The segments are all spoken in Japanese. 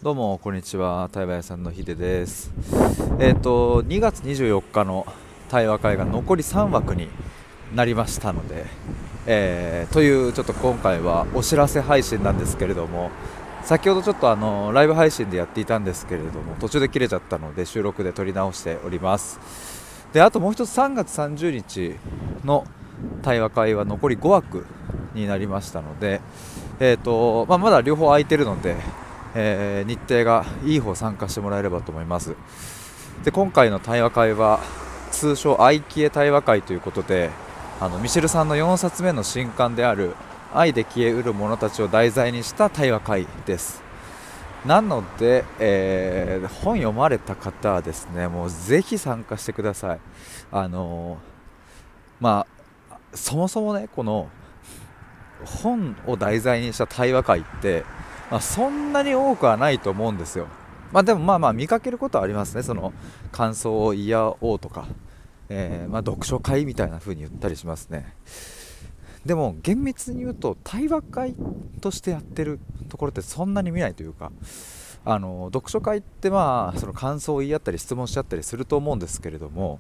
どうもこんにちは、対話屋さんのひでです。2月24日の対話会が残り3枠になりましたので、というちょっと今回はお知らせ配信なんですけれども、先ほどちょっとライブ配信でやっていたんですけれども、途中で切れちゃったので収録で撮り直しております。で、あともう一つ3月30日の対話会は残り5枠になりましたので、まだ両方空いてるので、日程がいい方参加してもらえればと思います。で、今回の対話会は通称愛消え対話会ということで、ミシェルさんの4冊目の新刊である愛で消えうる者たちを題材にした対話会です。なので、本読まれた方はですね、もうぜひ参加してください。そもそもね、この本を題材にした対話会って、そんなに多くはないと思うんですよ。でも見かけることはありますね。その感想を言い合おうとか、読書会みたいな風に言ったりしますね。でも厳密に言うと対話会としてやってるところってそんなに見ないというか、読書会ってその感想を言い合ったり質問し合ったりすると思うんですけれども、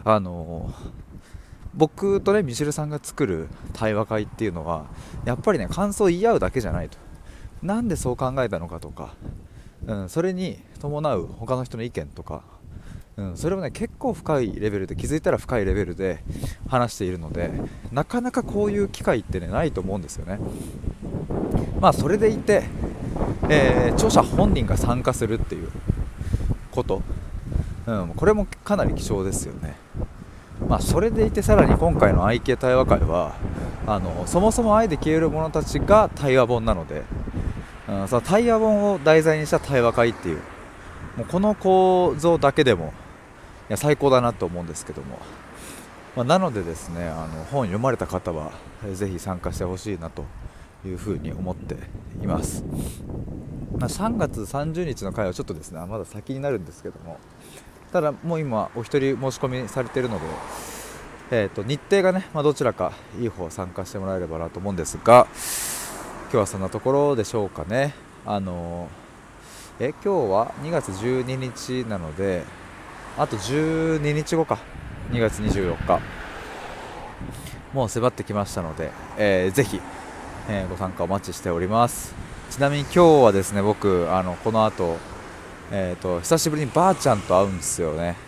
僕とねミシェルさんが作る対話会っていうのはやっぱりね、感想を言い合うだけじゃないと。なんでそう考えたのかとか、それに伴う他の人の意見とか、それをね結構深いレベルで、気づいたら深いレベルで話しているので、なかなかこういう機会ってねないと思うんですよね。それでいて、著者本人が参加するっていうこと、これもかなり貴重ですよね。それでいてさらに今回の愛系対話会はそもそも愛で消える者たちが対話本なので、その対話本を題材にした対話会っていう、もうこの構造だけでも最高だなと思うんですけども、なのでですね、本読まれた方はぜひ参加してほしいなというふうに思っています。3月30日の会はちょっとですねまだ先になるんですけども、ただもう今お一人申し込みされているので、日程がね、どちらかいい方参加してもらえればなと思うんですが、今日はそんなところでしょうかね。今日は2月12日なので、あと12日後か、2月24日もう迫ってきましたので、ぜひ、ご参加お待ちしております。ちなみに今日はですね、僕この後、久しぶりにばあちゃんと会うんですよね。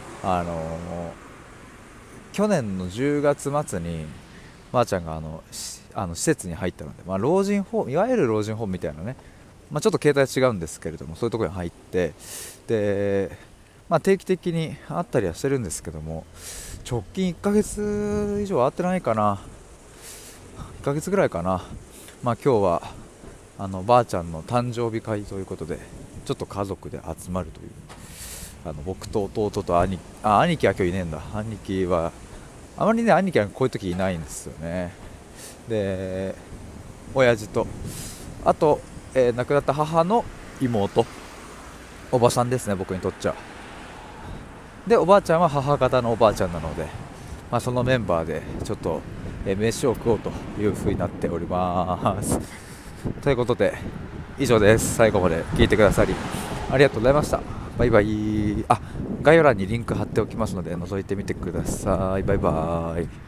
去年の10月末にばあちゃんが施設に入ったので、老人ホーム、いわゆる老人ホームみたいなね、ちょっと形態違うんですけれども、そういうところに入って、で、定期的に会ったりはしてるんですけども、直近1ヶ月以上会ってないかな、1ヶ月ぐらいかな。今日はばあちゃんの誕生日会ということで、ちょっと家族で集まるという、僕と弟と兄貴は今日いねえんだ。兄貴はあまりね、兄貴はこういう時いないんですよね。で、親父と、あと、亡くなった母の妹、おばさんですね、僕にとっちゃ。で、おばあちゃんは母方のおばあちゃんなので、そのメンバーでちょっと、飯を食おうという風になっておりますということで、以上です。最後まで聞いてくださりありがとうございました。バイバイ。概要欄にリンク貼っておきますので覗いてみてください。バイバイ。